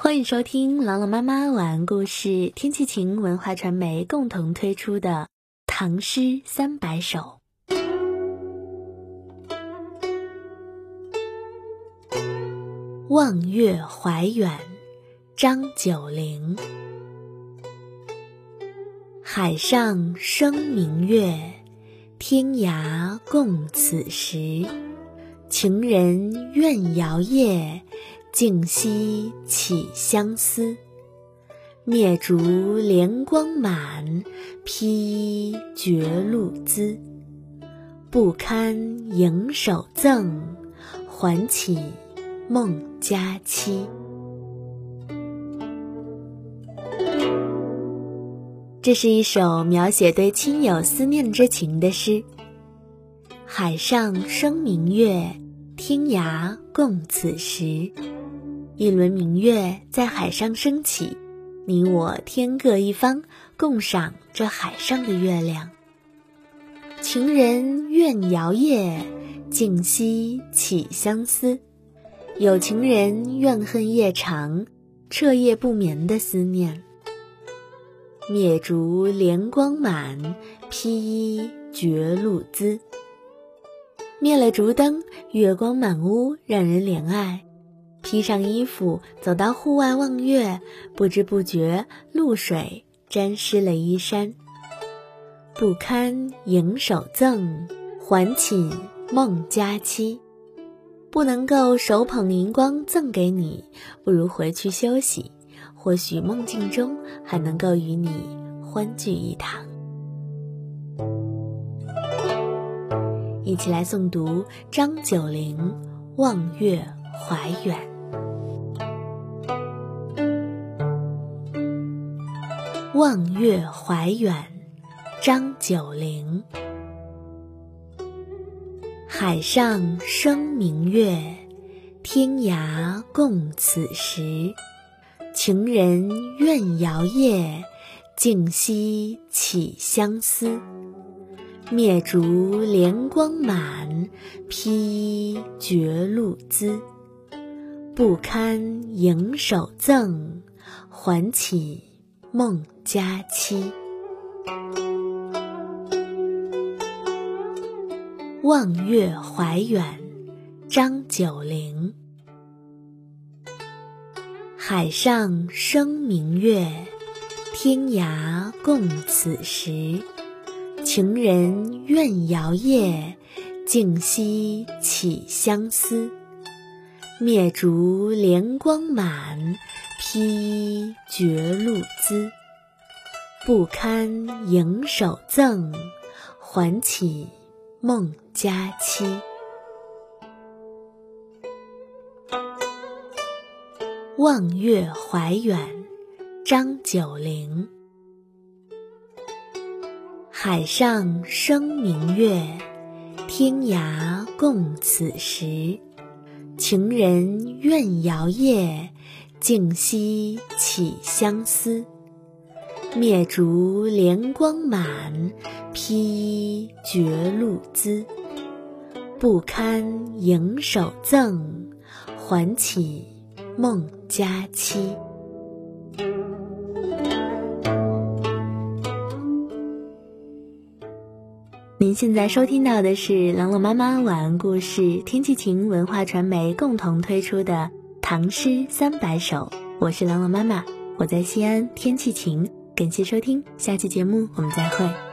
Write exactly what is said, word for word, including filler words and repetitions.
欢迎收听朗朗妈妈晚安故事，天气晴文化传媒共同推出的《唐诗三百首》。望月怀远，张九龄。海上生明月，天涯共此时。情人怨遥夜，竟夕起相思。灭烛怜光满，披衣觉露滋。不堪盈手赠，还寝梦佳期。这是一首描写对亲友思念之情的诗。海上生明月，天涯共此时。一轮明月在海上升起，你我天各一方，共赏这海上的月亮。情人怨遥夜，竟夕起相思。有情人怨恨夜长，彻夜不眠的思念。灭烛怜光满，披衣觉露滋。灭了烛灯，月光满屋，让人怜爱。披上衣服，走到户外望月，不知不觉露水沾湿了衣衫。不堪盈手赠，还寝梦佳期。不能够手捧荧光赠给你，不如回去休息，或许梦境中还能够与你欢聚一堂。一起来诵读张九龄《望月怀远》。望月怀远，张九龄。海上生明月，天涯共此时。情人怨遥夜，竟夕起相思。灭烛怜光满，披衣觉露滋。不堪盈手赠，还寝梦佳期。望月怀远，张九龄。海上生明月，天涯共此时。情人怨遥夜，竟夕起相思。灭烛怜光满，披衣觉露滋。不堪盈手赠，还寝梦佳期。望月怀远，张九龄。海上生明月，天涯共此时。情人怨遥夜，竟夕起相思。灭烛怜光满，披衣觉露滋。不堪盈手赠，还寝梦佳期。您现在收听到的是朗朗妈妈晚安故事，天气晴文化传媒共同推出的《唐诗三百首》，我是朗朗妈妈，我在西安，天气晴。感谢收听，下期节目我们再会。